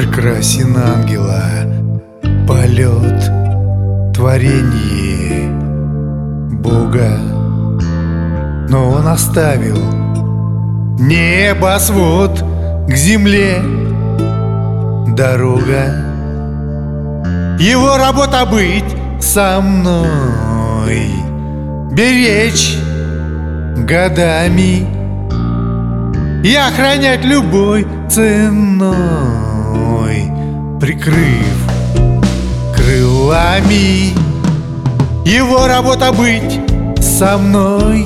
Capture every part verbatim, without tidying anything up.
Прекрасен ангела полет, творение Бога, но он оставил небосвод к земле. Дорога, его работа быть со мной, беречь годами и охранять любой ценой, прикрыв крылами. Его работа быть со мной,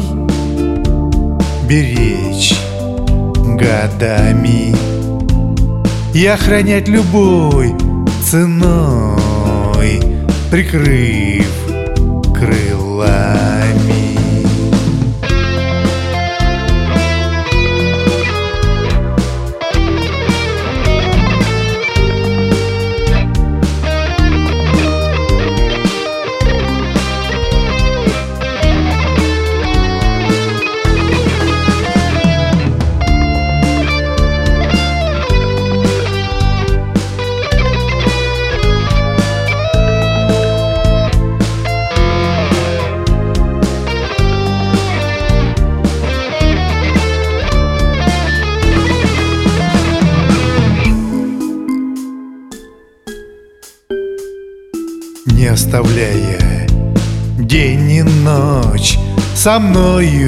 беречь годами и охранять любой ценой, прикрыв крылами. Не оставляя день и ночь со мною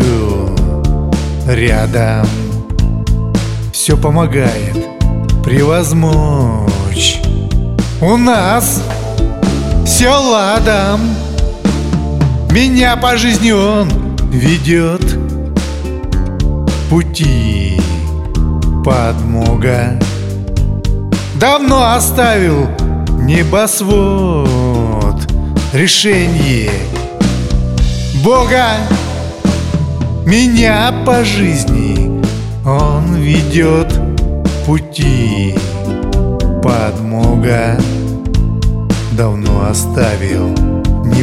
рядом, все помогает превозмочь. У нас все ладом, меня по жизни он ведет, пути подмога. Давно оставил небосвод, решение Бога. Меня по жизни он ведет, пути подмога. Давно оставил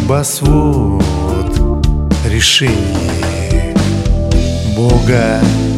небосвод, решение Бога.